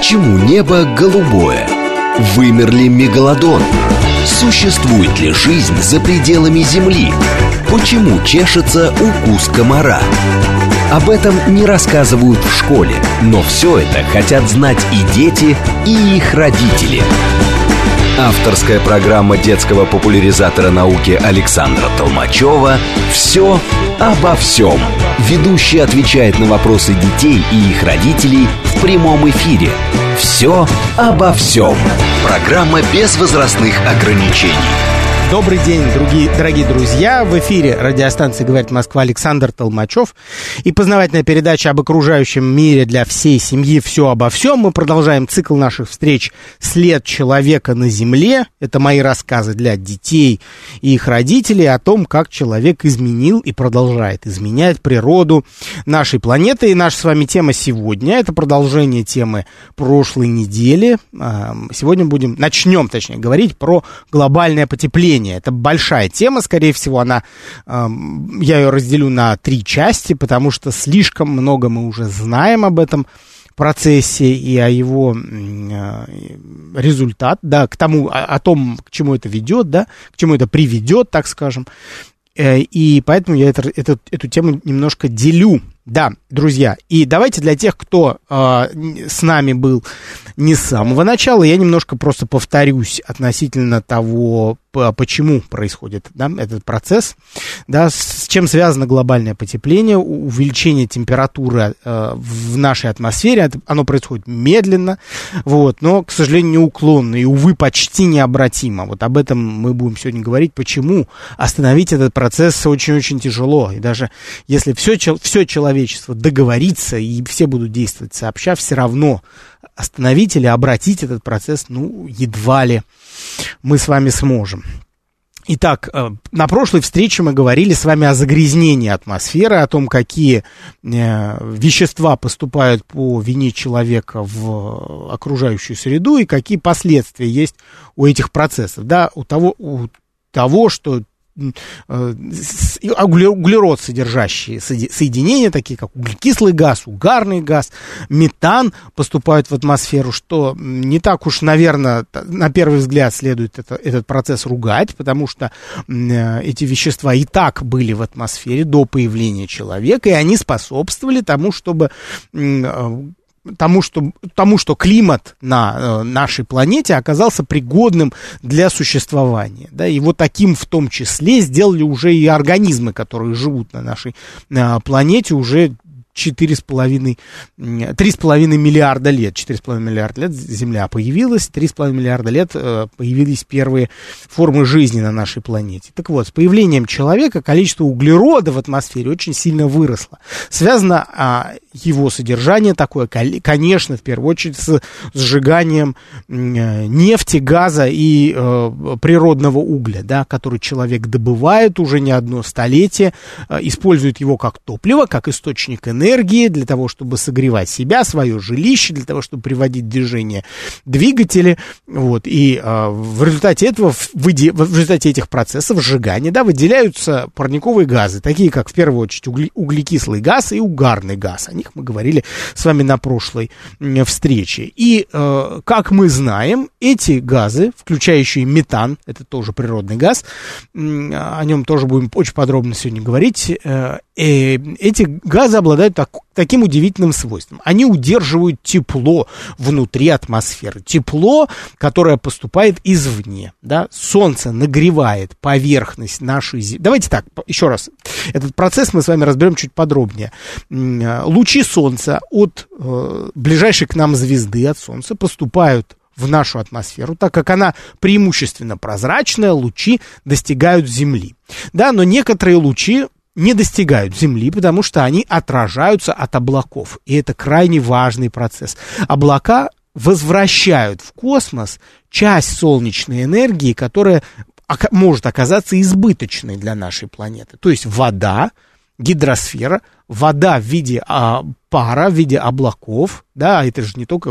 Почему небо голубое? Вымер ли мегалодон? Существует ли жизнь за пределами Земли? Почему чешется укус комара? Об этом не рассказывают в школе, но все это хотят знать и дети, и их родители. Авторская программа детского популяризатора науки Александра Толмачева «Все обо всем». Ведущий отвечает на вопросы детей и их родителей в прямом эфире. «Все обо всем». Программа без возрастных ограничений. Добрый день, дорогие друзья. В эфире радиостанции «Говорит Москва» Александр Толмачев. И познавательная передача об окружающем мире для всей семьи «Все обо всем». Мы продолжаем цикл наших встреч «След человека на Земле». Это мои рассказы для детей и их родителей о том, как человек изменил и продолжает изменять природу нашей планеты. И наша с вами тема сегодня — это продолжение темы прошлой недели. Сегодня начнем говорить про глобальное потепление. Это большая тема, скорее всего, я ее разделю на 3 части, потому что слишком много мы уже знаем об этом процессе и о его результате, да, о том, к чему это ведет, да, к чему это приведет, так скажем. И поэтому я эту тему немножко делю. Да, друзья, и давайте для тех, кто с нами был не с самого начала, я немножко просто повторюсь относительно того, почему происходит, да, этот процесс, да, с чем связано глобальное потепление, увеличение температуры в нашей атмосфере. Оно происходит медленно, но, к сожалению, неуклонно и, увы, почти необратимо. Вот об этом мы будем сегодня говорить, почему остановить этот процесс очень-очень тяжело. И даже если все человечество договорится и все будут действовать сообща, все равно остановить или обратить этот процесс, едва ли мы с вами сможем. Итак, на прошлой встрече мы говорили с вами о загрязнении атмосферы, о том, какие вещества поступают по вине человека в окружающую среду и какие последствия есть у этих процессов. Да, у того, что углерод содержащие соединения, такие как углекислый газ, угарный газ, метан поступают в атмосферу, что не так уж, наверное, на первый взгляд следует этот процесс ругать, потому что эти вещества и так были в атмосфере до появления человека, и они способствовали тому, что климат на нашей планете оказался пригодным для существования. Да, и вот таким в том числе сделали уже и организмы, которые живут на нашей планете уже 3,5 миллиарда лет. 4,5 миллиарда лет Земля появилась, 3,5 миллиарда лет появились первые формы жизни на нашей планете. Так вот, с появлением человека количество углерода в атмосфере очень сильно выросло. Связано его содержание такое, конечно, в первую очередь с сжиганием нефти, газа и природного угля, да, который человек добывает уже не одно столетие, использует его как топливо, как источник энергии, для того, чтобы согревать себя, свое жилище, для того, чтобы приводить в движение двигатели. И в результате этого, в результате этих процессов сжигания, да, выделяются парниковые газы, такие как, в первую очередь, углекислый газ и угарный газ. О них мы говорили с вами на прошлой встрече. И, как мы знаем, эти газы, включающие метан, это тоже природный газ, о нем тоже будем очень подробно сегодня говорить, эти газы обладают таким удивительным свойством. Они удерживают тепло внутри атмосферы. Тепло, которое поступает извне. Да? Солнце нагревает поверхность нашей Земли. Давайте так, еще раз. Этот процесс мы с вами разберем чуть подробнее. Лучи Солнца от ближайшей к нам звезды, от Солнца, поступают в нашу атмосферу, так как она преимущественно прозрачная, лучи достигают Земли. Да, но некоторые лучи не достигают Земли, потому что они отражаются от облаков. И это крайне важный процесс. Облака возвращают в космос часть солнечной энергии, которая может оказаться избыточной для нашей планеты. То есть вода, гидросфера, вода в виде пара, в виде облаков, да, это же не только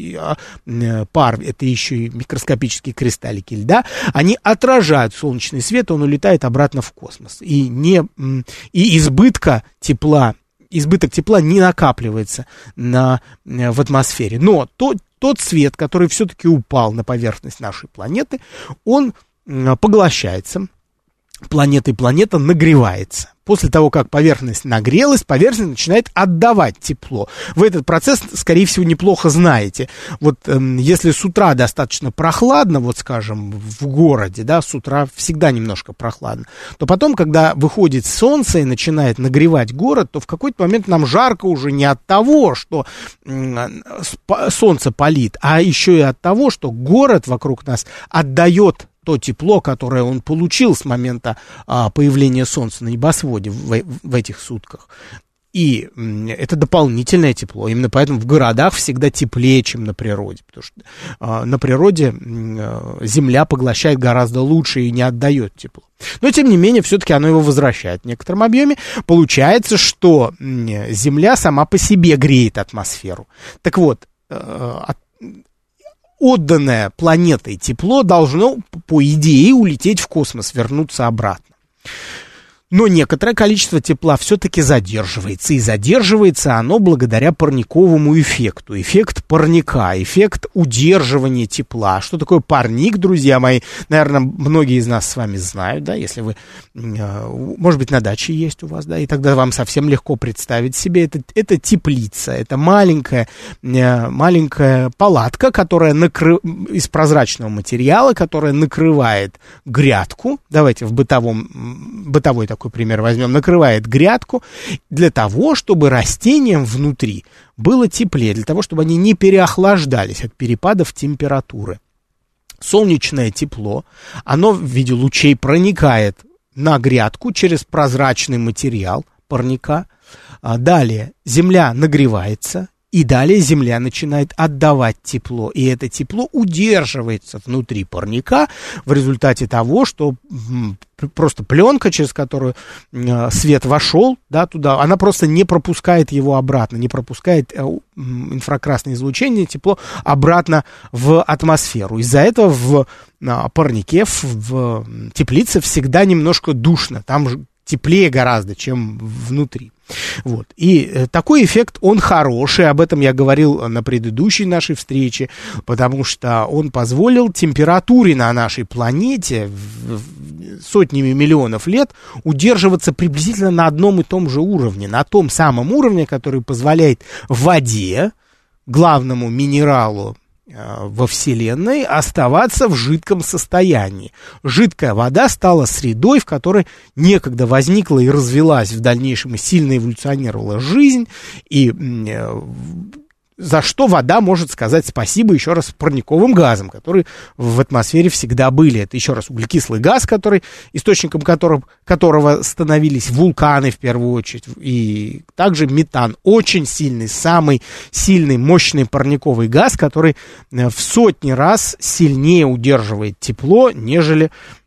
пар, это еще и микроскопические кристаллики льда, они отражают солнечный свет, он улетает обратно в космос. И избытка тепла избыток тепла не накапливается в атмосфере. Но тот свет, который все-таки упал на поверхность нашей планеты, он поглощается планетой, планета нагревается. После того, как поверхность нагрелась, поверхность начинает отдавать тепло. Вы этот процесс, скорее всего, неплохо знаете. Вот если с утра достаточно прохладно, вот скажем, в городе, да, с утра всегда немножко прохладно, то потом, когда выходит солнце и начинает нагревать город, то в какой-то момент нам жарко уже не от того, что солнце палит, а еще и от того, что город вокруг нас отдает то тепло, которое он получил с момента появления солнца на небосводе в этих сутках. И это дополнительное тепло. Именно поэтому в городах всегда теплее, чем на природе. Потому что на природе Земля поглощает гораздо лучше и не отдает тепло. Но, тем не менее, все-таки оно его возвращает в некотором объеме. Получается, что Земля сама по себе греет атмосферу. Так вот, отданное планетой тепло должно, по идее, улететь в космос, вернуться обратно. Но некоторое количество тепла все-таки задерживается. И задерживается оно благодаря парниковому эффекту. Эффект парника, эффект удерживания тепла. Что такое парник, друзья мои? Наверное, многие из нас с вами знают, да, если вы, может быть, на даче есть у вас, да, и тогда вам совсем легко представить себе. Это теплица, это маленькая палатка, которая из прозрачного материала, которая накрывает грядку. Давайте в бытовой такой пример возьмем, накрывает грядку для того, чтобы растениям внутри было теплее, для того, чтобы они не переохлаждались от перепадов температуры. Солнечное тепло, оно в виде лучей проникает на грядку через прозрачный материал парника. Далее земля нагревается, и далее земля начинает отдавать тепло, и это тепло удерживается внутри парника в результате того, что просто пленка, через которую свет вошел, да, туда, она просто не пропускает его обратно, не пропускает инфракрасное излучение, тепло обратно в атмосферу. Из-за этого в парнике, в теплице всегда немножко душно, там же теплее гораздо, чем внутри. Вот. И такой эффект, он хороший, об этом я говорил на предыдущей нашей встрече, потому что он позволил температуре на нашей планете сотнями миллионов лет удерживаться приблизительно на одном и том же уровне, на том самом уровне, который позволяет воде, главному минералу во Вселенной, оставаться в жидком состоянии. Жидкая вода стала средой, в которой некогда возникла и развилась в дальнейшем и сильно эволюционировала жизнь, и за что вода может сказать спасибо еще раз парниковым газам, которые в атмосфере всегда были. Это еще раз углекислый газ, источником которого становились вулканы в первую очередь, и также метан. Очень сильный, самый сильный, мощный парниковый газ, который в сотни раз сильнее удерживает тепло, нежели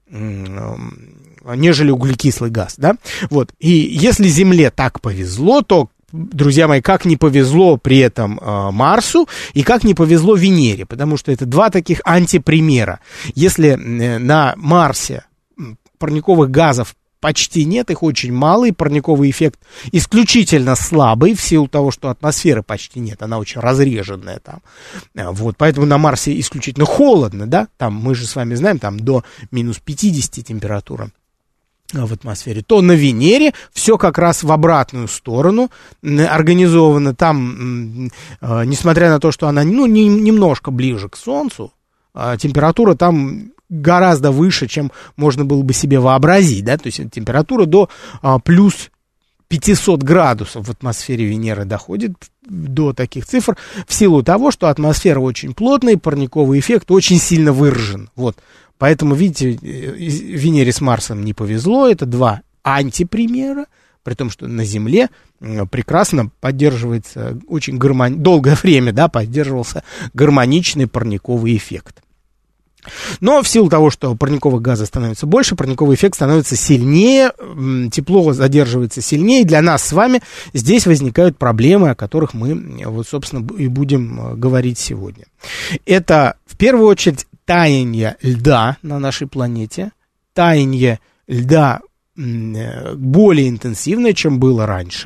углекислый газ. Да? Вот. И если Земле так повезло, то, друзья мои, как не повезло при этом Марсу и как не повезло Венере, потому что это два таких антипримера. Если на Марсе парниковых газов почти нет, их очень мало, и парниковый эффект исключительно слабый в силу того, что атмосферы почти нет, она очень разреженная там. Вот, поэтому на Марсе исключительно холодно, да, там мы же с вами знаем, там до минус 50 температура в атмосфере, то на Венере все как раз в обратную сторону организовано. Там, несмотря на то, что она немножко ближе к Солнцу, температура там гораздо выше, чем можно было бы себе вообразить, да, то есть температура до плюс 500 градусов в атмосфере Венеры доходит до таких цифр в силу того, что атмосфера очень плотная, и парниковый эффект очень сильно выражен. Вот. Поэтому, видите, Венере с Марсом не повезло, это два антипримера, при том, что на Земле прекрасно поддерживается очень долгое время, да, поддерживался гармоничный парниковый эффект. Но в силу того, что парниковых газов становится больше, парниковый эффект становится сильнее, тепло задерживается сильнее, и для нас с вами здесь возникают проблемы, о которых мы, вот, собственно, и будем говорить сегодня. Это, в первую очередь, таяние льда на нашей планете, таяние льда более интенсивное, чем было раньше,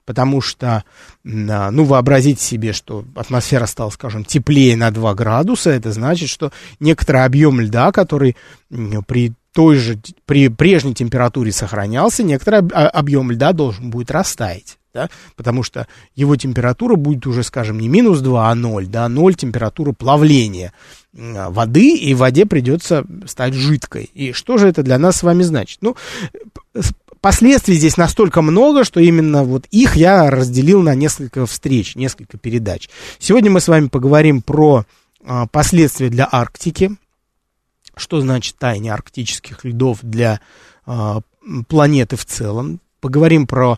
потому что, ну, вообразите себе, что атмосфера стала, скажем, теплее на 2 градуса, это значит, что некоторый объем льда, который при прежней температуре сохранялся, некоторый объем льда должен будет растаять. Да? Потому что его температура будет уже, скажем, не -2, а 0, да, 0 температура плавления воды, и в воде придется стать жидкой. И что же это для нас с вами значит? Ну, последствий здесь настолько много, что именно вот их я разделил на несколько встреч, несколько передач. Сегодня мы с вами поговорим про последствия для Арктики, что значит таяние арктических льдов для планеты в целом. Поговорим про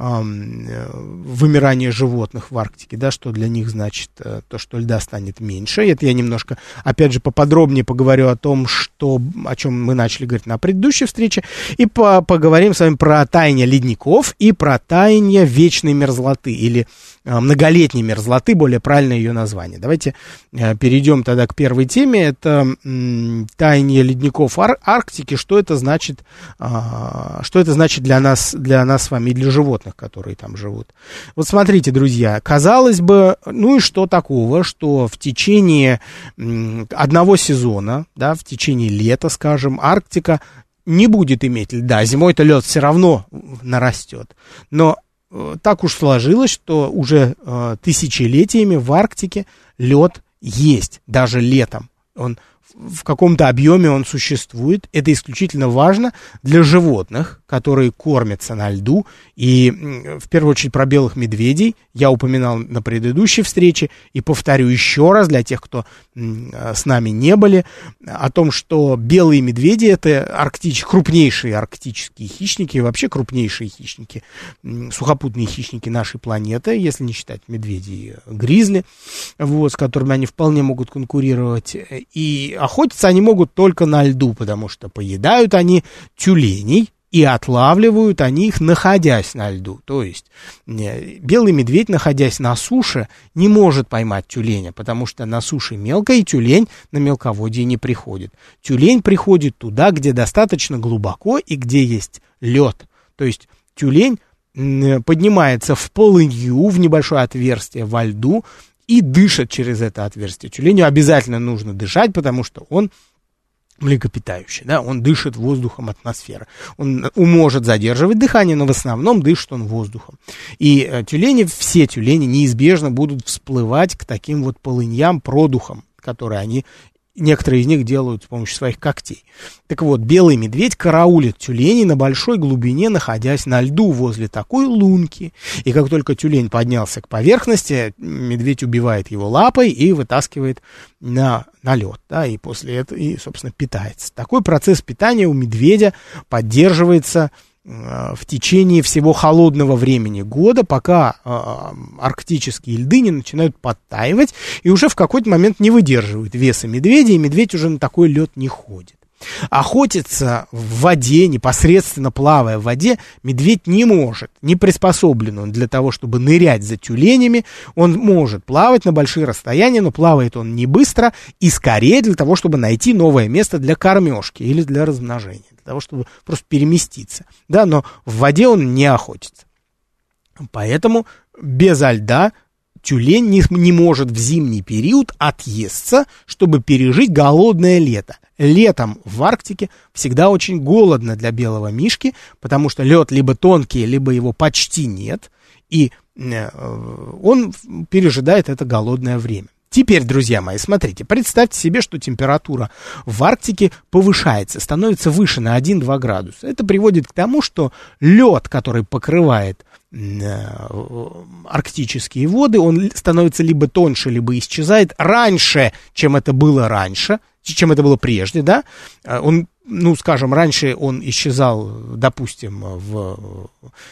вымирание животных в Арктике, да, что для них значит то, что льда станет меньше. Это я немножко, опять же, поподробнее поговорю о том, о чем мы начали говорить на предыдущей встрече, и поговорим с вами про таяние ледников и про таяние вечной мерзлоты, или многолетней мерзлоты, более правильное ее название. Давайте перейдем тогда к первой теме. Это таяние ледников Арктики. Что это значит для нас с вами и для животных, которые там живут? Вот смотрите, друзья, казалось бы, ну и что такого, что в течение одного сезона, да, в течение лета, скажем, Арктика не будет иметь льда. Зимой-то лед все равно нарастет. Но так уж сложилось, что уже тысячелетиями в Арктике лед есть, даже летом. Он в каком-то объеме он существует. Это исключительно важно для животных, которые кормятся на льду. И в первую очередь про белых медведей я упоминал на предыдущей встрече. И повторю еще раз для тех, кто с нами не были, о том, что белые медведи — это крупнейшие арктические хищники, и вообще крупнейшие хищники, сухопутные хищники нашей планеты, если не считать медведей гризли, вот, с которыми они вполне могут конкурировать. И охотиться они могут только на льду, потому что поедают они тюленей, и отлавливают они их, находясь на льду. То есть белый медведь, находясь на суше, не может поймать тюленя, потому что на суше мелко, и тюлень на мелководье не приходит. Тюлень приходит туда, где достаточно глубоко и где есть лед. То есть тюлень поднимается в полынью, в небольшое отверстие во льду, и дышит через это отверстие. Тюленю обязательно нужно дышать, потому что он млекопитающий, да, он дышит воздухом атмосферы. Он может задерживать дыхание, но в основном дышит он воздухом. И все тюлени неизбежно будут всплывать к таким вот полыньям, продухам, которые некоторые из них делают с помощью своих когтей. Так вот, белый медведь караулит тюленей на большой глубине, находясь на льду возле такой лунки. И как только тюлень поднялся к поверхности, медведь убивает его лапой и вытаскивает на лед, да, и после этого, собственно, питается. Такой процесс питания у медведя поддерживается в течение всего холодного времени года, пока арктические льды не начинают подтаивать и уже в какой-то момент не выдерживают веса медведя, и медведь уже на такой лед не ходит. Охотиться в воде, непосредственно плавая в воде, медведь не может, не приспособлен он для того, чтобы нырять за тюленями. Он может плавать на большие расстояния, но плавает он не быстро и скорее для того, чтобы найти новое место для кормежки или для размножения, для того, чтобы просто переместиться. Да, но в воде он не охотится. Поэтому без льда тюлень не может в зимний период отъесться, чтобы пережить голодное лето. Летом в Арктике всегда очень голодно для белого мишки, потому что лед либо тонкий, либо его почти нет, и он пережидает это голодное время. Теперь, друзья мои, смотрите, представьте себе, что температура в Арктике повышается, становится выше на 1-2 градуса. Это приводит к тому, что лед, который покрывает арктические воды, он становится либо тоньше, либо исчезает раньше, чем это было прежде, да. Он, скажем, раньше он исчезал, допустим, в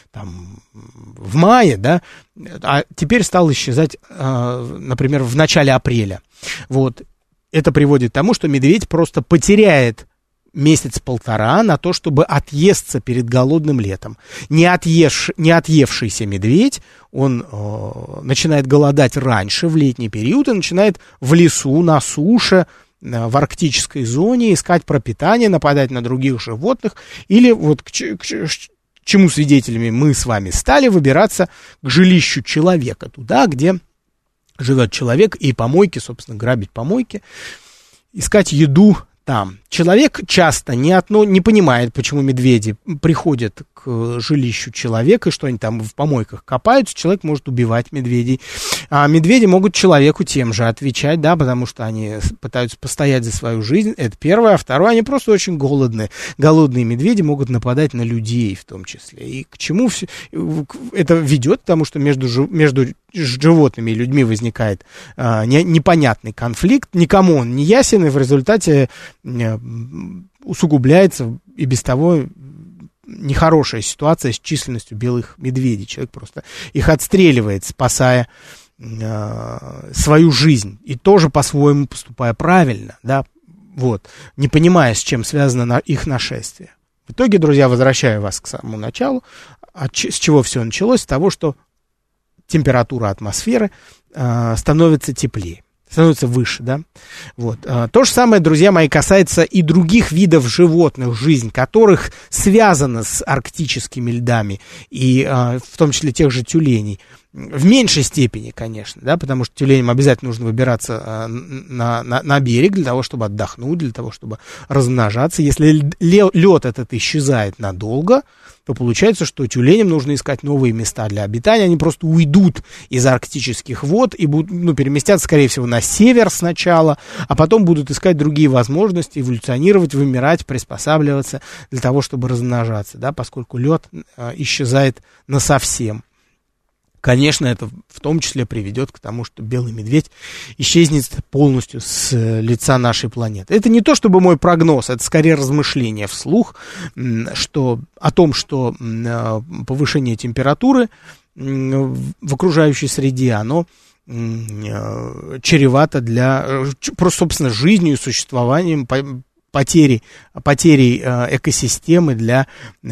мае, да, а теперь стал исчезать, например, в начале апреля. Вот. Это приводит к тому, что медведь просто потеряет месяц-полтора на то, чтобы отъесться перед голодным летом. Не отъевшийся медведь, он начинает голодать раньше, в летний период, и начинает в лесу, на суше, в арктической зоне искать пропитание, нападать на других животных, или вот к чему свидетелями мы с вами стали, выбираться к жилищу человека, туда, где живет человек, и помойки, собственно, грабить помойки, искать еду там. Человек часто не понимает, почему медведи приходят к жилищу человека, и что они там в помойках копаются. Человек может убивать медведей. А медведи могут человеку тем же отвечать, да, потому что они пытаются постоять за свою жизнь. Это первое. А второе, они просто очень голодные. Голодные медведи могут нападать на людей в том числе. И к чему это ведет? Потому что между животными и людьми возникает непонятный конфликт. Никому он не ясен, и в результате усугубляется и без того нехорошая ситуация с численностью белых медведей. Человек просто их отстреливает, спасая свою жизнь. И тоже по-своему поступая правильно, да, вот, не понимая, с чем связано их нашествие. В итоге, друзья, возвращаю вас к самому началу. С чего все началось? С того, что температура атмосферы становится теплее. Становится выше, да, вот. То же самое, друзья мои, касается и других видов животных, жизнь которых связана с арктическими льдами, и в том числе тех же тюленей. В меньшей степени, конечно, да, потому что тюленям обязательно нужно выбираться на берег для того, чтобы отдохнуть, для того, чтобы размножаться. Если лед этот исчезает надолго, то получается, что тюленям нужно искать новые места для обитания. Они просто уйдут из арктических вод и будут, переместятся, скорее всего, на север сначала, а потом будут искать другие возможности, эволюционировать, вымирать, приспосабливаться для того, чтобы размножаться, да, поскольку лед исчезает насовсем. Конечно, это в том числе приведет к тому, что белый медведь исчезнет полностью с лица нашей планеты. Это не то чтобы мой прогноз, это скорее размышление вслух, о том, что повышение температуры в окружающей среде, оно чревато просто, собственно, жизнью и существованием, потерей экосистемы для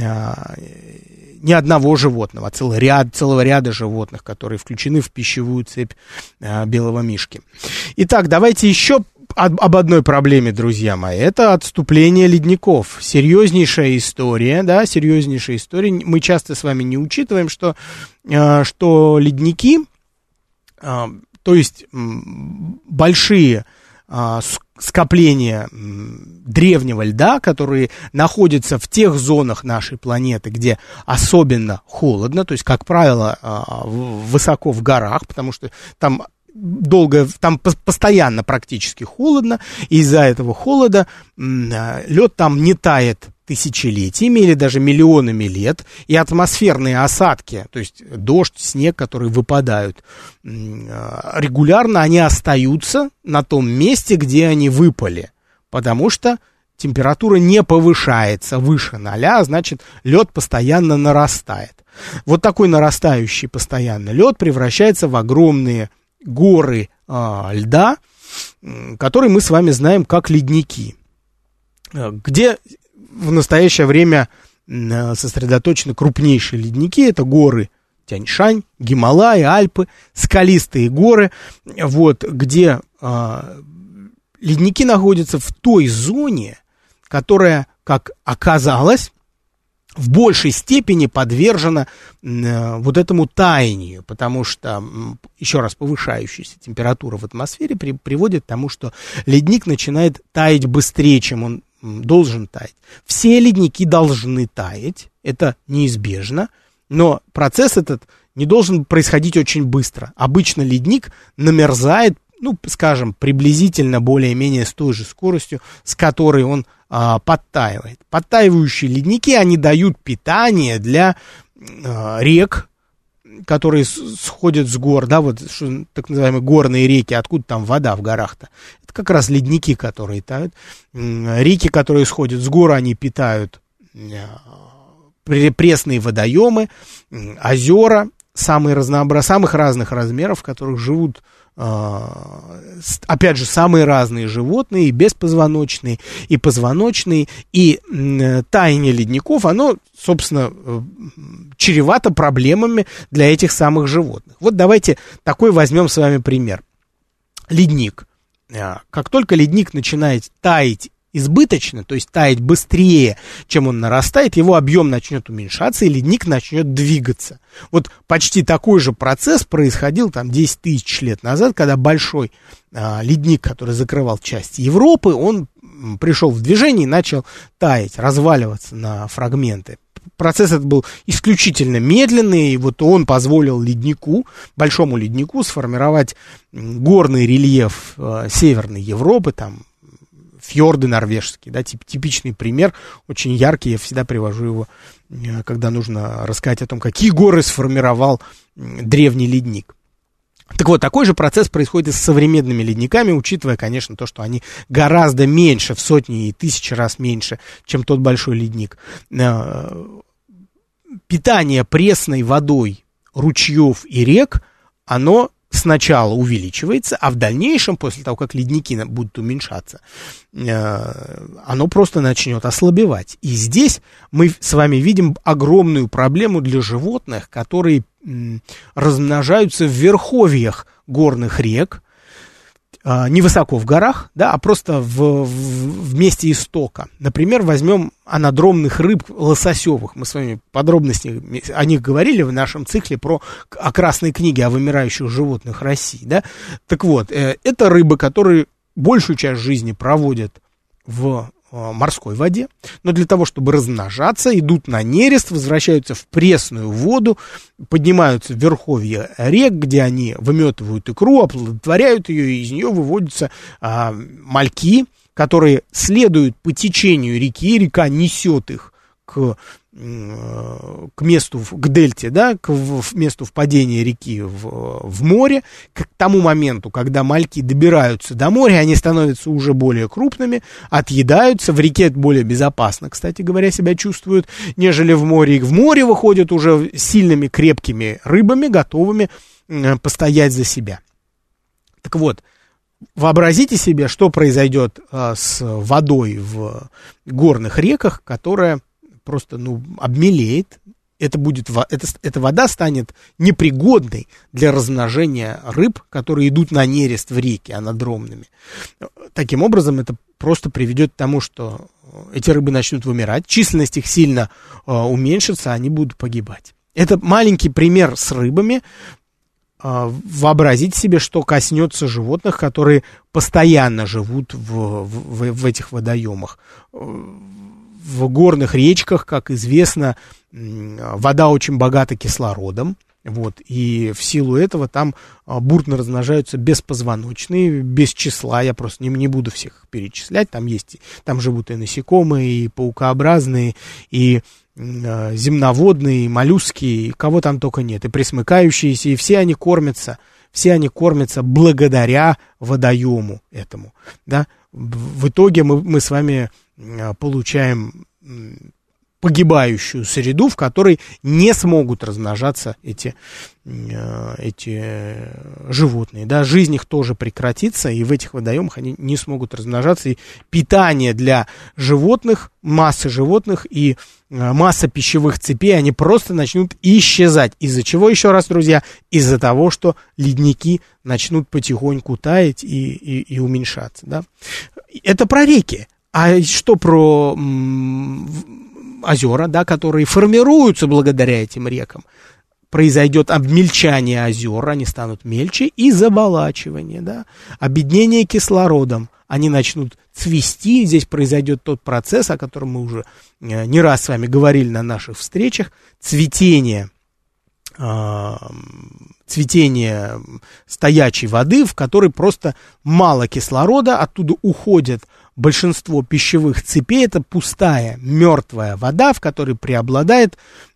не одного животного, а целого ряда животных, которые включены в пищевую цепь белого мишки. Итак, давайте еще об одной проблеме, друзья мои. Это отступление ледников. Серьезнейшая история, да, серьезнейшая история. Мы часто с вами не учитываем, что ледники, то есть большие скопления древнего льда, которые находятся в тех зонах нашей планеты, где особенно холодно, то есть, как правило, высоко в горах, потому что там постоянно практически холодно, и из-за этого холода лед там не тает тысячелетиями или даже миллионами лет, и атмосферные осадки, то есть дождь, снег, которые выпадают регулярно, они остаются на том месте, где они выпали, потому что температура не повышается выше 0, а значит, лед постоянно нарастает. Вот такой нарастающий постоянно лед превращается в огромные горы льда, которые мы с вами знаем как ледники, где в настоящее время сосредоточены крупнейшие ледники. Это горы Тянь-Шань, Гималаи, Альпы, скалистые горы, вот, где ледники находятся в той зоне, которая, как оказалось, в большей степени подвержена вот этому таянию, потому что, еще раз, повышающаяся температура в атмосфере приводит к тому, что ледник начинает таять быстрее, чем он должен таять. Все ледники должны таять, это неизбежно, но процесс этот не должен происходить очень быстро. Обычно ледник намерзает, скажем, приблизительно более-менее с той же скоростью, с которой он подтаивает. Подтаивающие ледники, они дают питание для рек, которые сходят с гор, да, вот так называемые горные реки, откуда там вода в горах-то. Это как раз ледники, которые тают. Реки, которые сходят с гор, они питают пресные водоемы, озера, самых разных размеров, в которых живут, опять же, самые разные животные, и беспозвоночные, и позвоночные, и таяние ледников, оно, собственно, чревато проблемами для этих самых животных. Вот давайте такой возьмем с вами пример. Ледник. Как только ледник начинает таять избыточно, то есть таять быстрее, чем он нарастает, его объем начнет уменьшаться, и ледник начнет двигаться. Вот почти такой же процесс происходил там 10 тысяч лет назад, когда большой ледник, который закрывал часть Европы, он пришел в движение и начал таять, разваливаться на фрагменты. Процесс этот был исключительно медленный, и вот он позволил большому леднику сформировать горный рельеф Северной Европы, там фьорды норвежские, да, типичный пример, очень яркий, я всегда привожу его, когда нужно рассказать о том, какие горы сформировал древний ледник. Так вот, такой же процесс происходит и с современными ледниками, учитывая, конечно, то, что они гораздо меньше, в сотни и тысячи раз меньше, чем тот большой ледник. Питание пресной водой ручьев и рек, оно сначала увеличивается, а в дальнейшем, после того, как ледники будут уменьшаться, оно просто начнет ослабевать. И здесь мы с вами видим огромную проблему для животных, которые размножаются в верховьях горных рек, не высоко в горах, да, а просто в месте истока. Например, возьмем анадромных рыб лососевых. Мы с вами подробности о них говорили в нашем цикле о Красной книге о вымирающих животных России. Да? Так вот, это рыбы, которые большую часть жизни проводят в морской воде, но для того, чтобы размножаться, идут на нерест, возвращаются в пресную воду, поднимаются в верховья рек, где они выметывают икру, оплодотворяют ее, и из нее выводятся мальки, которые следуют по течению реки, река несет их к месту, к дельте, да, к месту впадения реки в море. К тому моменту, когда мальки добираются до моря, они становятся уже более крупными, отъедаются, в реке более безопасно, кстати говоря, себя чувствуют, нежели в море. И в море выходят уже сильными, крепкими рыбами, готовыми постоять за себя. Так вот, вообразите себе, что произойдет с водой в горных реках, которая просто, обмелеет, эта вода станет непригодной для размножения рыб, которые идут на нерест в реке анадромными. Таким образом, это просто приведет к тому, что эти рыбы начнут вымирать, численность их сильно уменьшится, они будут погибать. Это маленький пример с рыбами. Вообразите себе, что коснется животных, которые постоянно живут в этих водоемах. В горных речках, как известно, вода очень богата кислородом, и в силу этого там бурно размножаются беспозвоночные, без числа, я просто не буду всех перечислять, там живут и насекомые, и паукообразные, и земноводные, и моллюски, и кого там только нет, и пресмыкающиеся, и все они кормятся благодаря водоему этому, да. В итоге мы с вами получаем погибающую среду, в которой не смогут размножаться эти животные. Да? Жизнь их тоже прекратится, и в этих водоемах они не смогут размножаться. И питание для животных, массы животных и масса пищевых цепей, они просто начнут исчезать. Из-за чего, еще раз, друзья? Из-за того, что ледники начнут потихоньку таять и уменьшаться. Да? Это про реки. А что про озера, да, которые формируются благодаря этим рекам? Произойдет обмельчание озер, они станут мельче, и заболачивание, да, обеднение кислородом. Они начнут цвести, здесь произойдет тот процесс, о котором мы уже не раз с вами говорили на наших встречах, цветение стоячей воды, в которой просто мало кислорода, оттуда уходит большинство пищевых цепей, это пустая, мертвая вода, в которой преобладают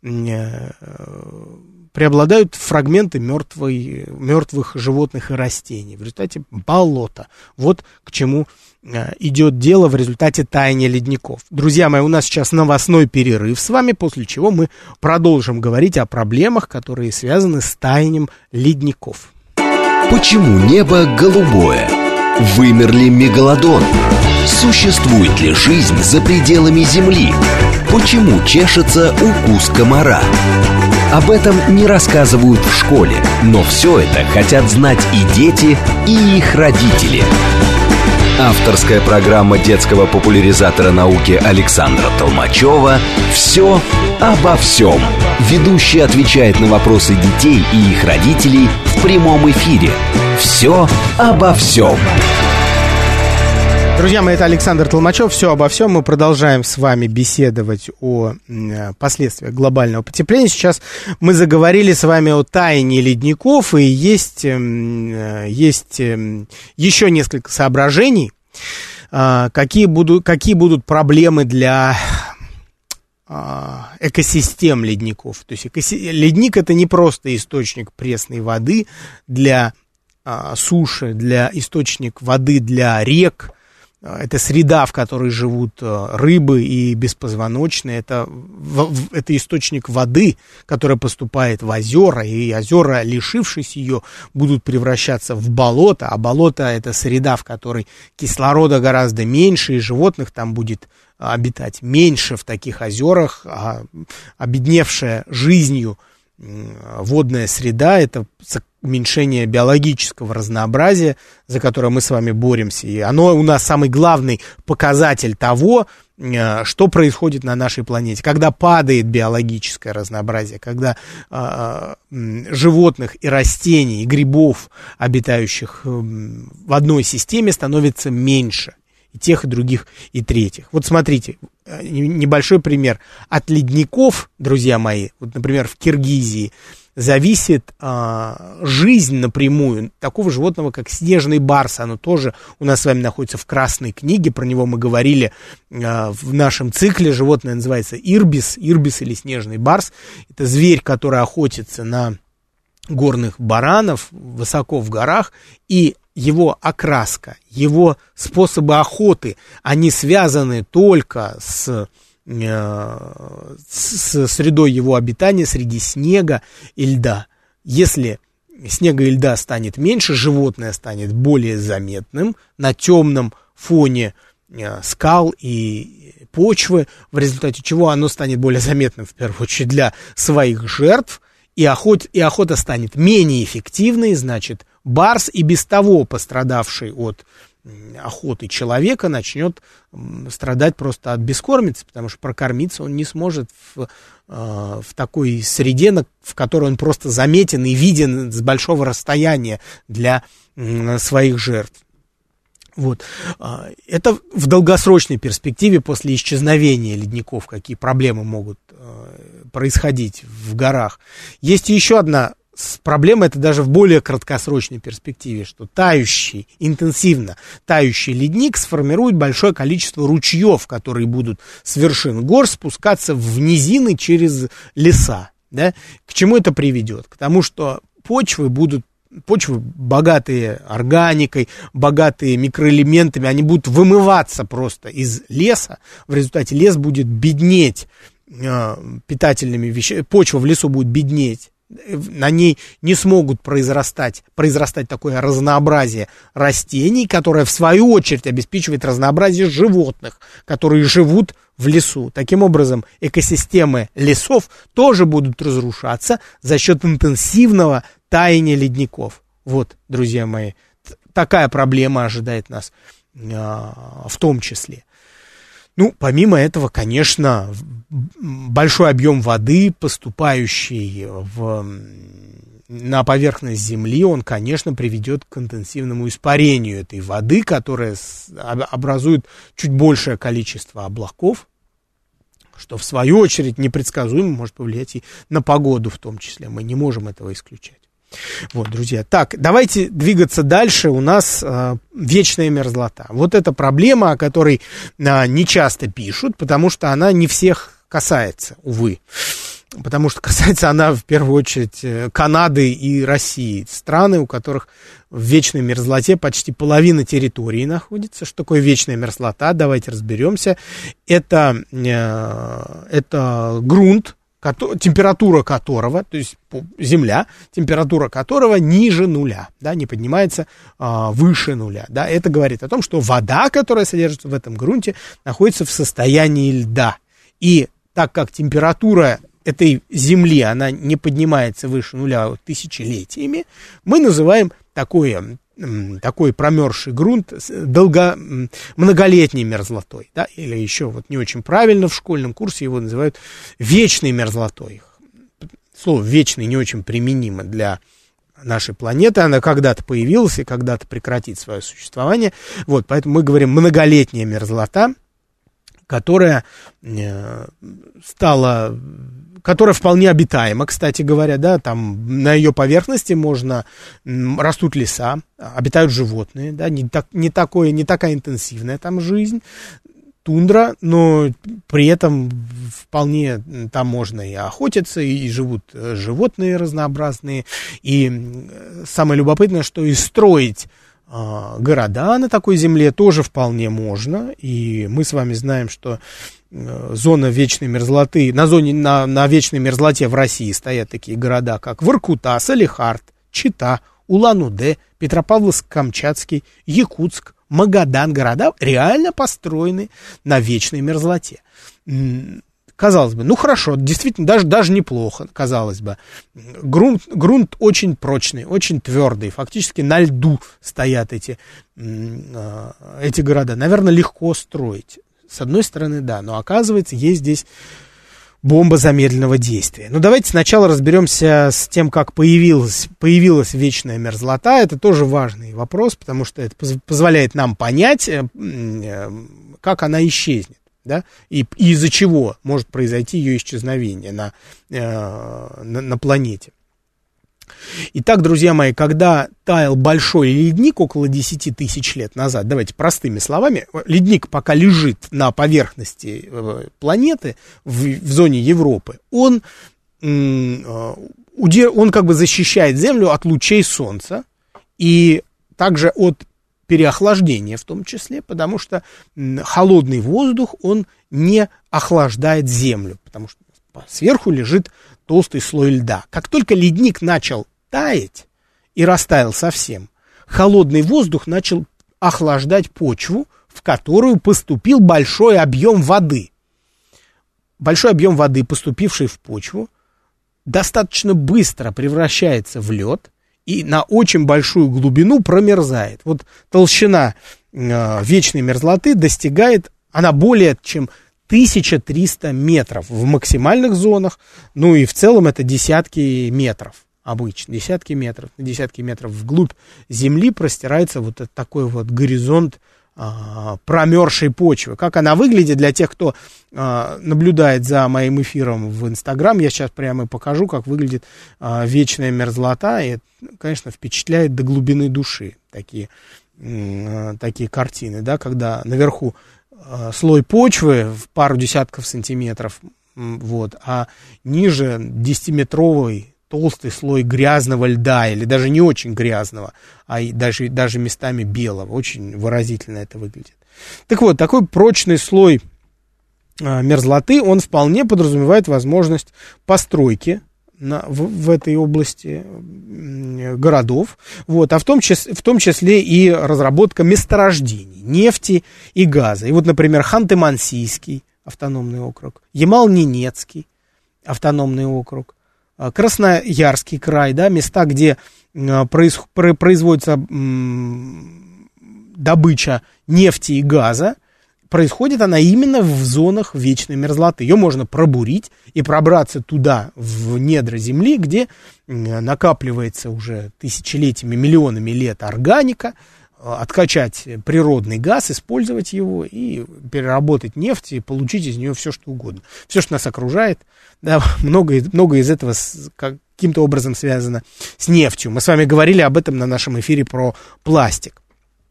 фрагменты мертвых животных и растений. В результате болото. Вот к чему идет дело в результате таяния ледников. Друзья мои, у нас сейчас новостной перерыв с вами, после чего мы продолжим говорить о проблемах, которые связаны с таянием ледников. Почему небо голубое? Вымер ли мегалодон? Существует ли жизнь за пределами Земли? Почему чешется укус комара? Об этом не рассказывают в школе, но все это хотят знать и дети, и их родители. Авторская программа детского популяризатора науки Александра Толмачева «Все обо всем». Ведущий отвечает на вопросы детей и их родителей в прямом эфире. «Все обо всем». Друзья мои, это Александр Толмачев. «Все обо всем». Мы продолжаем с вами беседовать о последствиях глобального потепления. Сейчас мы заговорили с вами о таянии ледников, и есть еще несколько соображений, какие будут проблемы для экосистем ледников. То есть ледник — это не просто источник пресной воды для суши, источник воды для рек. Это среда, в которой живут рыбы и беспозвоночные. Это источник воды, которая поступает в озера, и озера, лишившись ее, будут превращаться в болото. А болото — это среда, в которой кислорода гораздо меньше, и животных там будет обитать меньше в таких озерах. А обедневшая жизнью водная среда — это уменьшение биологического разнообразия, за которое мы с вами боремся. И оно у нас самый главный показатель того, что происходит на нашей планете. Когда падает биологическое разнообразие, когда животных и растений, и грибов, обитающих в одной системе, становится меньше. И тех, и других, и третьих. Вот смотрите, небольшой пример. От ледников, друзья мои, вот, например, в Киргизии, зависит жизнь напрямую такого животного, как снежный барс. Оно тоже у нас с вами находится в Красной книге, про него мы говорили в нашем цикле. Животное называется ирбис или снежный барс. Это зверь, который охотится на горных баранов высоко в горах, и его окраска, его способы охоты, они связаны только с средой его обитания, среди снега и льда. Если снега и льда станет меньше, животное станет более заметным на темном фоне скал и почвы, в результате чего оно станет более заметным, в первую очередь, для своих жертв, и охота станет менее эффективной. Значит, барс, и без того пострадавший от охоты человека, начнет страдать просто от бескормицы, потому что прокормиться он не сможет в такой среде, в которой он просто заметен и виден с большого расстояния для своих жертв. Вот. Это в долгосрочной перспективе, после исчезновения ледников, какие проблемы могут происходить в горах. Есть еще одна проблема, это даже в более краткосрочной перспективе, что интенсивно тающий ледник сформирует большое количество ручьев, которые будут с вершин гор спускаться в низины через леса. Да? К чему это приведет? К тому, что почвы, богатые органикой, богатые микроэлементами, они будут вымываться просто из леса. В результате лес будет беднеть питательными вещами, почва в лесу будет беднеть. На ней не смогут произрастать такое разнообразие растений, которое в свою очередь обеспечивает разнообразие животных, которые живут в лесу. Таким образом, экосистемы лесов тоже будут разрушаться за счет интенсивного таяния ледников. Вот, друзья мои, такая проблема ожидает нас в том числе. Ну, помимо этого, конечно, большой объем воды, поступающий на поверхность Земли, он, конечно, приведет к интенсивному испарению этой воды, которая образует чуть большее количество облаков, что, в свою очередь, непредсказуемо может повлиять и на погоду в том числе. Мы не можем этого исключать. Вот, друзья. Так, давайте двигаться дальше. У нас вечная мерзлота. Вот эта проблема, о которой не часто пишут, потому что она не всех касается, увы. Потому что касается она, в первую очередь, Канады и России. Страны, у которых в вечной мерзлоте почти половина территории находится. Что такое вечная мерзлота? Давайте разберемся. Это грунт, температура которого, то есть земля, температура которого ниже нуля, да, не поднимается выше нуля. Да. Это говорит о том, что вода, которая содержится в этом грунте, находится в состоянии льда. И так как температура этой земли, она не поднимается выше нуля тысячелетиями, мы называем такое такой промерзший грунт с многолетней мерзлотой, да, или еще вот не очень правильно в школьном курсе его называют вечной мерзлотой. Слово «вечный» не очень применимо для нашей планеты, она когда-то появилась и когда-то прекратит свое существование, вот, поэтому мы говорим многолетняя мерзлота, которая вполне обитаема, кстати говоря, да, там на ее поверхности растут леса, обитают животные, да, не такая интенсивная там жизнь, тундра, но при этом вполне там можно и охотиться, и живут животные разнообразные, и самое любопытное, что и строить города на такой земле тоже вполне можно, и мы с вами знаем, что зона вечной мерзлоты, на вечной мерзлоте в России стоят такие города, как Воркута, Салехард, Чита, Улан-Удэ, Петропавловск-Камчатский, Якутск, Магадан, города реально построены на вечной мерзлоте. Казалось бы, ну хорошо, действительно, даже неплохо, казалось бы. Грунт очень прочный, очень твердый, фактически на льду стоят эти города. Наверное, легко строить. С одной стороны, да, но оказывается, есть здесь бомба замедленного действия. Ну, давайте сначала разберемся с тем, как появилась вечная мерзлота. Это тоже важный вопрос, потому что это позволяет нам понять, как она исчезнет, да, и из-за чего может произойти ее исчезновение на планете. Итак, друзья мои, когда таял большой ледник около 10 тысяч лет назад, давайте простыми словами, ледник пока лежит на поверхности планеты в зоне Европы, он как бы защищает Землю от лучей Солнца и также от переохлаждения в том числе, потому что холодный воздух, он не охлаждает Землю, потому что сверху лежит толстый слой льда. Как только ледник начал таять и растаял совсем, холодный воздух начал охлаждать почву, в которую поступил большой объем воды. Большой объем воды, поступивший в почву, достаточно быстро превращается в лед и на очень большую глубину промерзает. Вот толщина вечной мерзлоты достигает, она более чем 1300 метров в максимальных зонах, ну и в целом это десятки метров обычно, десятки метров вглубь Земли простирается вот такой вот горизонт промерзшей почвы. Как она выглядит для тех, кто наблюдает за моим эфиром в Инстаграм, я сейчас прямо и покажу, как выглядит вечная мерзлота, и это, конечно, впечатляет до глубины души такие картины, да, когда наверху слой почвы в пару десятков сантиметров, вот, а ниже 10-метровый толстый слой грязного льда, или даже не очень грязного, а даже местами белого. Очень выразительно это выглядит. Так вот, такой прочный слой мерзлоты, он вполне подразумевает возможность постройки в этой области городов, вот, а в том числе и разработка месторождений нефти и газа. И вот, например, Ханты-Мансийский автономный округ, Ямал-Ненецкий автономный округ, Красноярский край, да, места, где производится добыча нефти и газа, происходит она именно в зонах вечной мерзлоты. Ее можно пробурить и пробраться туда, в недра Земли, где накапливается уже тысячелетиями, миллионами лет органика, откачать природный газ, использовать его и переработать нефть и получить из нее все, что угодно. Все, что нас окружает, да, много из этого каким-то образом связано с нефтью. Мы с вами говорили об этом на нашем эфире про пластик.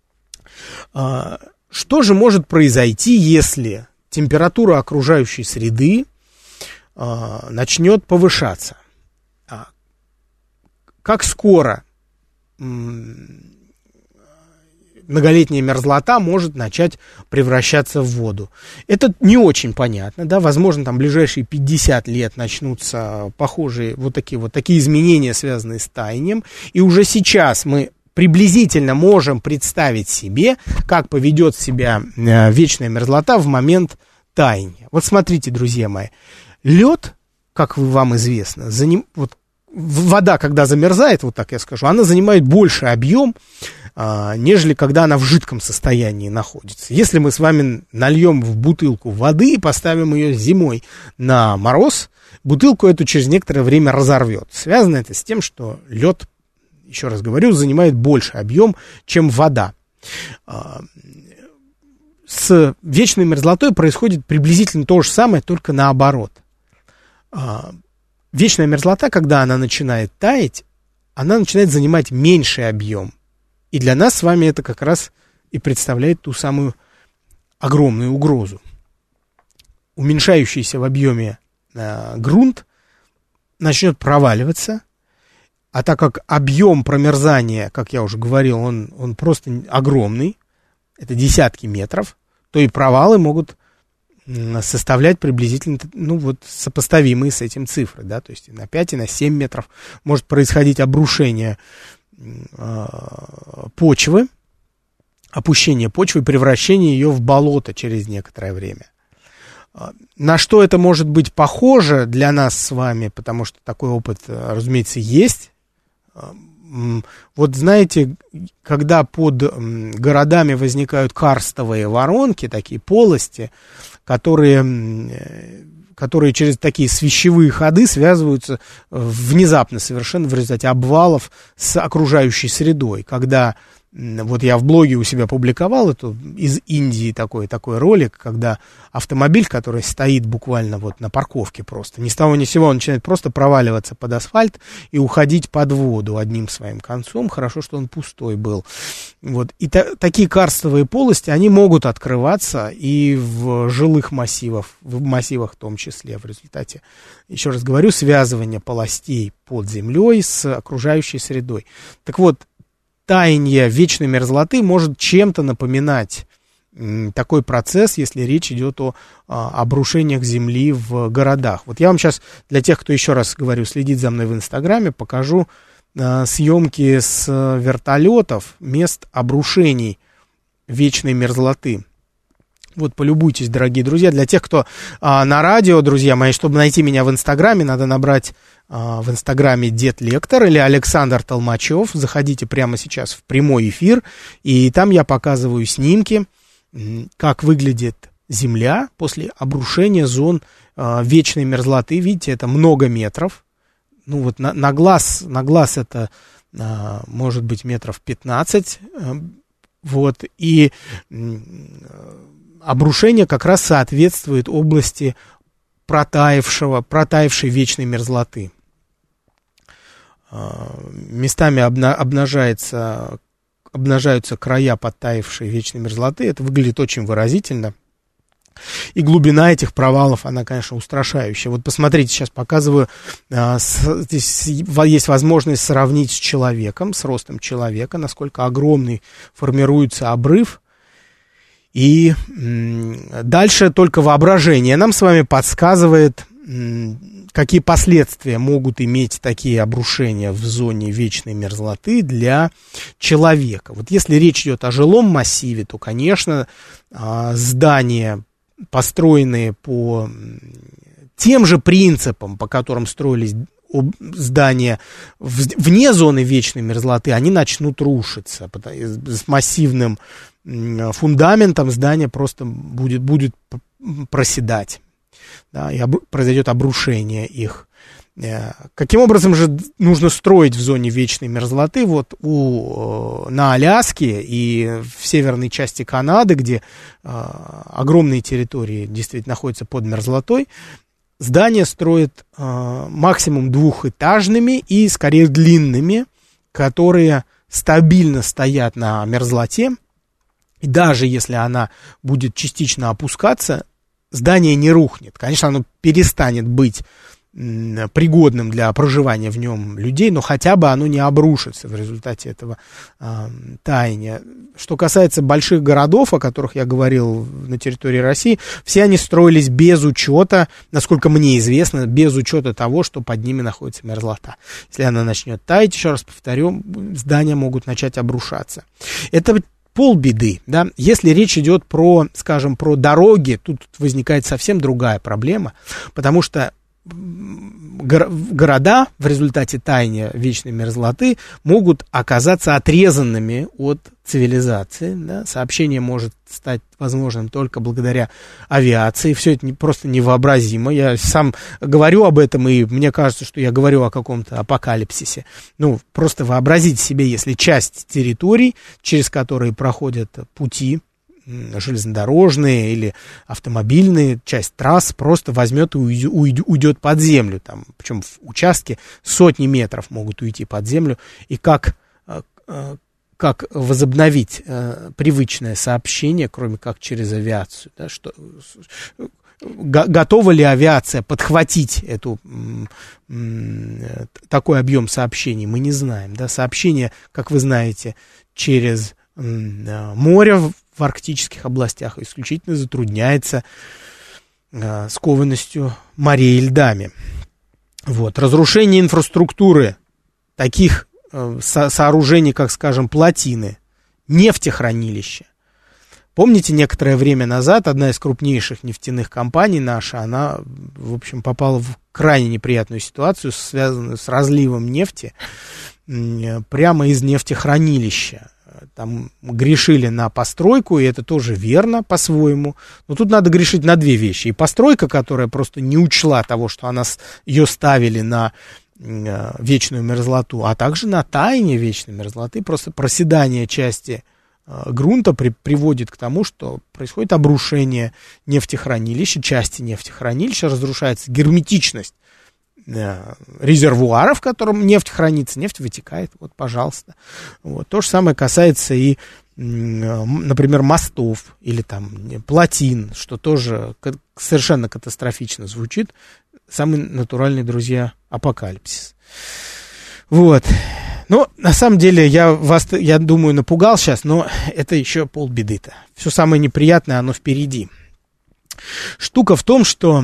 Что же может произойти, если температура окружающей среды начнет повышаться? Как скоро многолетняя мерзлота может начать превращаться в воду? Это не очень понятно, да, возможно, там в ближайшие 50 лет начнутся похожие вот такие изменения, связанные с таянием, и уже сейчас мы приблизительно можем представить себе, как поведет себя вечная мерзлота в момент таяния. Вот смотрите, друзья мои, лед, как вам известно, вода, когда замерзает, вот так я скажу, она занимает больший объем нежели когда она в жидком состоянии находится. Если мы с вами нальем в бутылку воды и поставим ее зимой на мороз, бутылку эту через некоторое время разорвет. Связано это с тем, что лед, еще раз говорю, занимает больше объем, чем вода. С вечной мерзлотой происходит приблизительно то же самое, только наоборот. Вечная мерзлота, когда она начинает таять, она начинает занимать меньший объем. И для нас с вами это как раз и представляет ту самую огромную угрозу. Уменьшающийся в объеме грунт начнет проваливаться, а так как объем промерзания, как я уже говорил, он просто огромный, это десятки метров, то и провалы могут составлять приблизительно, сопоставимые с этим цифры, да, то есть и на 5, и на 7 метров может происходить обрушение почвы, опущение почвы, превращение ее в болото через некоторое время. На что это может быть похоже для нас с вами, потому что такой опыт, разумеется, есть. Вот знаете, когда под городами возникают карстовые воронки, такие полости, которые через такие свищевые ходы связываются внезапно совершенно в результате обвалов с окружающей средой. Когда, вот я в блоге у себя публиковал это из Индии такой ролик, когда автомобиль, который стоит буквально вот на парковке просто, ни с того ни с сего он начинает просто проваливаться под асфальт и уходить под воду одним своим концом. Хорошо, что он пустой был. Вот. И такие карстовые полости, они могут открываться и в жилых массивах в том числе, в результате, еще раз говорю, связывания полостей под землей с окружающей средой. Так вот, таяние вечной мерзлоты может чем-то напоминать такой процесс, если речь идет о обрушениях земли в городах. Вот я вам сейчас, для тех, кто, еще раз говорю, следит за мной в Инстаграме, покажу съемки с вертолетов мест обрушений вечной мерзлоты. Вот полюбуйтесь, дорогие друзья. Для тех, кто на радио, друзья мои, чтобы найти меня в Инстаграме, надо набрать в Инстаграме Дед Лектор или Александр Толмачев. Заходите прямо сейчас в прямой эфир, и там я показываю снимки, как выглядит Земля после обрушения зон вечной мерзлоты. Видите, это много метров. Ну вот на глаз это может быть метров 15. Вот, и обрушение как раз соответствует области протаявшей вечной мерзлоты. Местами обнажаются края подтаявшей вечной мерзлоты. Это выглядит очень выразительно. И глубина этих провалов, она, конечно, устрашающая. Вот посмотрите, сейчас показываю. Здесь есть возможность сравнить с человеком, с ростом человека, насколько огромный формируется обрыв. И дальше только воображение нам с вами подсказывает, какие последствия могут иметь такие обрушения в зоне вечной мерзлоты для человека. Вот если речь идет о жилом массиве, то, конечно, здания, построенные по тем же принципам, по которым строились здания вне зоны вечной мерзлоты, они начнут рушиться. С массивным фундаментом здание просто будет проседать. Да, и произойдет обрушение их. Каким образом же нужно строить в зоне вечной мерзлоты? Вот на Аляске и в северной части Канады, где огромные территории действительно находятся под мерзлотой, здания строят максимум двухэтажными и скорее длинными, которые стабильно стоят на мерзлоте. И даже если она будет частично опускаться, здание не рухнет. Конечно, оно перестанет быть пригодным для проживания в нем людей, но хотя бы оно не обрушится в результате этого таяния. Что касается больших городов, о которых я говорил на территории России, все они строились без учета, насколько мне известно, без учета того, что под ними находится мерзлота. Если она начнет таять, еще раз повторю, здания могут начать обрушаться. Это полбеды, да. Если речь идет про, скажем, про дороги, тут возникает совсем другая проблема, потому что города в результате таяния вечной мерзлоты могут оказаться отрезанными от цивилизации. Да? Сообщение может стать возможным только благодаря авиации. Все это просто невообразимо. Я сам говорю об этом, и мне кажется, что я говорю о каком-то апокалипсисе. Ну, просто вообразите себе, если часть территорий, через которые проходят пути, железнодорожные или автомобильные, часть трасс просто возьмет и уйдет под землю. Там, причем в участке сотни метров могут уйти под землю. И как возобновить привычное сообщение, кроме как через авиацию? Да, готова ли авиация подхватить такой объем сообщений? Мы не знаем. Да? Сообщение, как вы знаете, через море в арктических областях исключительно затрудняется скованностью морей и льдами. Вот. Разрушение инфраструктуры таких сооружений, как, скажем, плотины, нефтехранилища. Помните, некоторое время назад одна из крупнейших нефтяных компаний наша, она, в общем, попала в крайне неприятную ситуацию, связанную с разливом нефти прямо из нефтехранилища. Там грешили на постройку, и это тоже верно по-своему. Но тут надо грешить на две вещи. И постройка, которая просто не учла того, что ее ставили на вечную мерзлоту, а также на таяние вечной мерзлоты. Просто проседание части грунта приводит к тому, что происходит обрушение нефтехранилища, части нефтехранилища, разрушается герметичность резервуара, в котором нефть хранится, нефть вытекает, вот, пожалуйста. Вот. То же самое касается и, например, мостов или там плотин, что тоже совершенно катастрофично звучит. Самый натуральный, друзья, апокалипсис. Вот. Ну, на самом деле, я думаю, напугал сейчас, но это еще полбеды-то. Все самое неприятное, оно впереди. Штука в том, что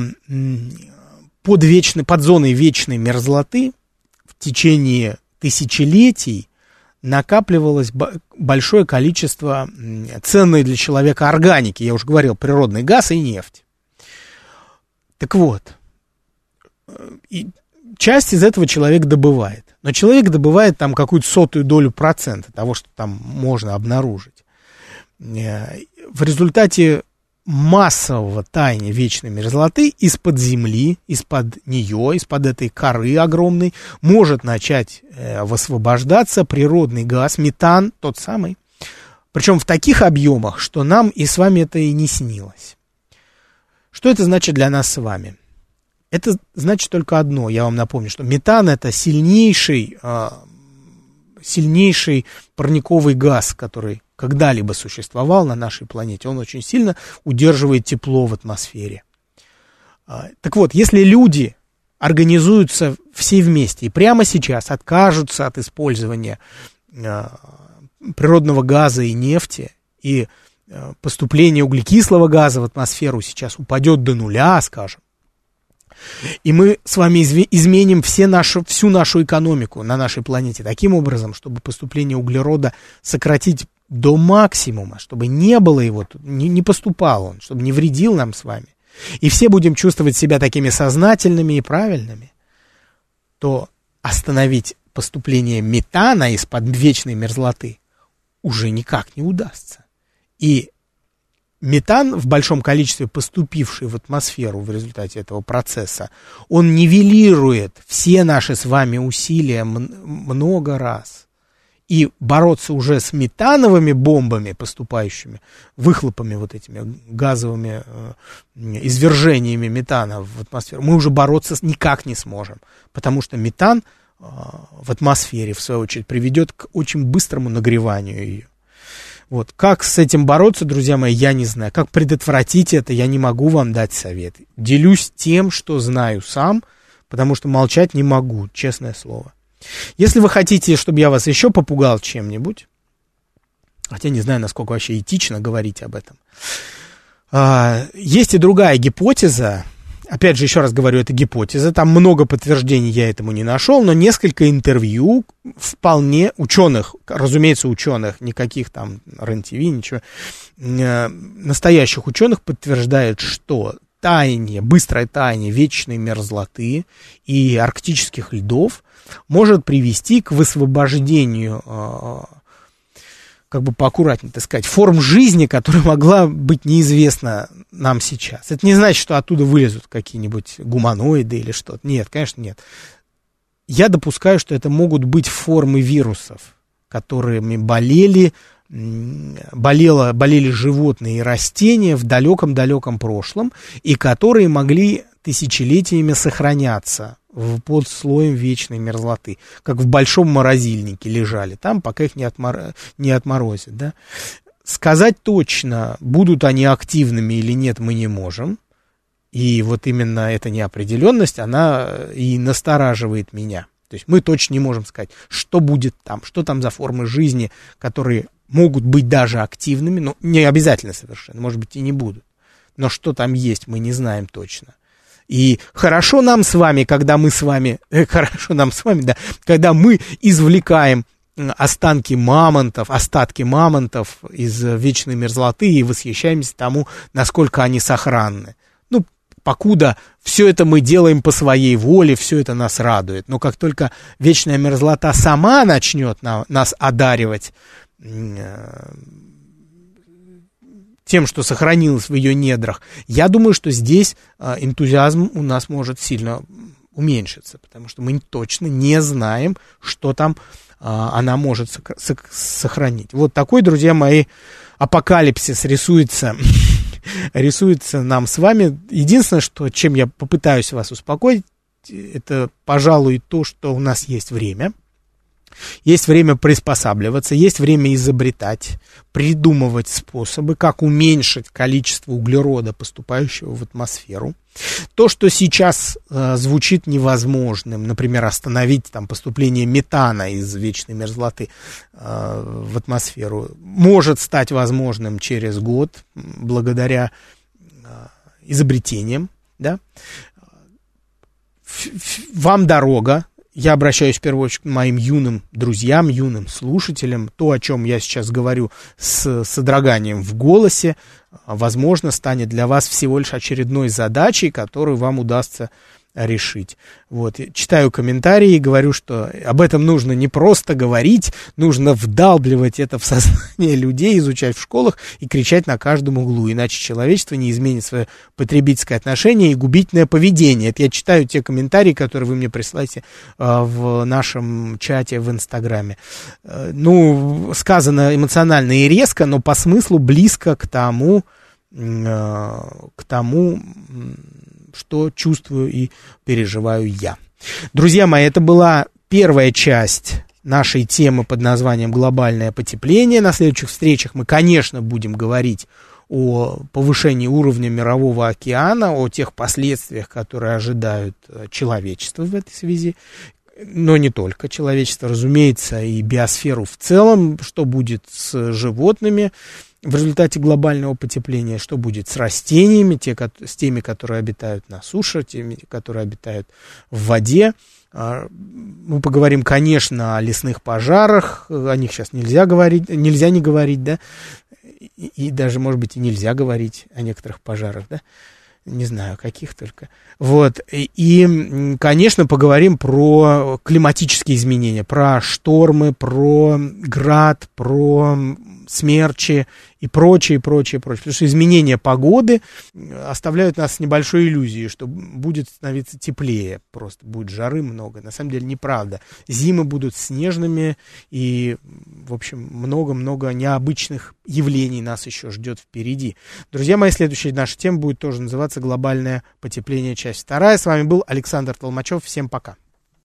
под зоной вечной мерзлоты в течение тысячелетий накапливалось большое количество ценной для человека органики. Я уже говорил, природный газ и нефть. Так вот, и часть из этого человек добывает. Но человек добывает там какую-то 0,01% того, что там можно обнаружить. В результате массового таяния вечной мерзлоты из-под земли, из-под нее, из-под этой коры огромной может начать высвобождаться природный газ, метан, тот самый. Причем в таких объемах, что нам и с вами это и не снилось. Что это значит для нас с вами? Это значит только одно, я вам напомню, что метан — это сильнейший парниковый газ, который когда-либо существовал на нашей планете. Он очень сильно удерживает тепло в атмосфере. Так вот, если люди организуются все вместе и прямо сейчас откажутся от использования природного газа и нефти, и поступление углекислого газа в атмосферу сейчас упадет до нуля, скажем, и мы с вами изменим всю нашу экономику на нашей планете таким образом, чтобы поступление углерода сократить до максимума, чтобы не было его, не поступал он, чтобы не вредил нам с вами, и все будем чувствовать себя такими сознательными и правильными, то остановить поступление метана из-под вечной мерзлоты уже никак не удастся. И метан, в большом количестве поступивший в атмосферу в результате этого процесса, он нивелирует все наши с вами усилия много раз. И бороться уже с метановыми бомбами, поступающими, выхлопами вот этими газовыми извержениями метана в атмосферу, мы уже бороться никак не сможем. Потому что метан в атмосфере, в свою очередь, приведет к очень быстрому нагреванию ее. Вот. Как с этим бороться, друзья мои, я не знаю. Как предотвратить это, я не могу вам дать совет. Делюсь тем, что знаю сам, потому что молчать не могу, честное слово. Если вы хотите, чтобы я вас еще попугал чем-нибудь, хотя не знаю, насколько вообще этично говорить об этом, есть и другая гипотеза. Опять же, еще раз говорю, это гипотеза. Там много подтверждений я этому не нашел, но несколько интервью вполне ученых, разумеется, ученых, никаких там РЕН-ТВ, ничего, настоящих ученых подтверждают, что быстрое таяние вечной мерзлоты и арктических льдов может привести к высвобождению, как бы поаккуратнее так сказать, форм жизни, которая могла быть неизвестна нам сейчас. Это не значит, что оттуда вылезут какие-нибудь гуманоиды или что-то. Нет, конечно, нет. Я допускаю, что это могут быть формы вирусов, которыми болели животные и растения в далеком-далеком прошлом, и которые могли тысячелетиями сохраняться под слоем вечной мерзлоты, как в большом морозильнике лежали там, пока их не отморозят. Да? Сказать точно, будут они активными или нет, мы не можем. И вот именно эта неопределенность, она и настораживает меня. То есть мы точно не можем сказать, что будет там, что там за формы жизни, которые могут быть даже активными, но не обязательно совершенно, может быть, и не будут. Но что там есть, мы не знаем точно. И хорошо нам с вами, когда мы извлекаем остатки мамонтов из вечной мерзлоты и восхищаемся тому, насколько они сохранны. Ну, покуда все это мы делаем по своей воле, все это нас радует. Но как только вечная мерзлота сама начнет нас одаривать тем, что сохранилось в ее недрах, я думаю, что здесь энтузиазм у нас может сильно уменьшиться, потому что мы точно не знаем, что там она может сохранить. Вот такой, друзья мои, апокалипсис рисуется нам с вами. Единственное, чем я попытаюсь вас успокоить, это, пожалуй, то, что у нас есть время. Есть время приспосабливаться, есть время изобретать, придумывать способы, как уменьшить количество углерода, поступающего в атмосферу. То, что сейчас звучит невозможным, например, остановить там поступление метана из вечной мерзлоты в атмосферу, может стать возможным через год благодаря изобретениям. Да? Вам дорога. Я обращаюсь в первую очередь к моим юным друзьям, юным слушателям. То, о чем я сейчас говорю с содроганием в голосе, возможно, станет для вас всего лишь очередной задачей, которую вам удастся решить. Вот. Читаю комментарии и говорю, что об этом нужно не просто говорить, нужно вдалбливать это в сознание людей, изучать в школах и кричать на каждом углу, иначе человечество не изменит свое потребительское отношение и губительное поведение. Это я читаю те комментарии, которые вы мне присылаете в нашем чате в Инстаграме. Ну, сказано эмоционально и резко, но по смыслу близко к тому, что чувствую и переживаю я. Друзья мои, это была первая часть нашей темы под названием «Глобальное потепление». На следующих встречах мы, конечно, будем говорить о повышении уровня мирового океана, о тех последствиях, которые ожидают человечество в этой связи. Но не только человечество, разумеется, и биосферу в целом, что будет с животными в результате глобального потепления, что будет с растениями, с теми, которые обитают на суше, теми, которые обитают в воде. Мы поговорим, конечно, о лесных пожарах, о них сейчас нельзя не говорить, да, и даже, может быть, и нельзя говорить о некоторых пожарах, да. Не знаю, каких только. Вот. И, конечно, поговорим про климатические изменения, про штормы, про град, про смерчи и прочее. Потому что изменения погоды оставляют нас с небольшой иллюзией, что будет становиться теплее, просто будет жары много. На самом деле неправда. Зимы будут снежными, и, в общем, много-много необычных явлений нас еще ждет впереди. Друзья мои, следующая наша тема будет тоже называться «Глобальное потепление. Часть 2». С вами был Александр Толмачев. Всем пока.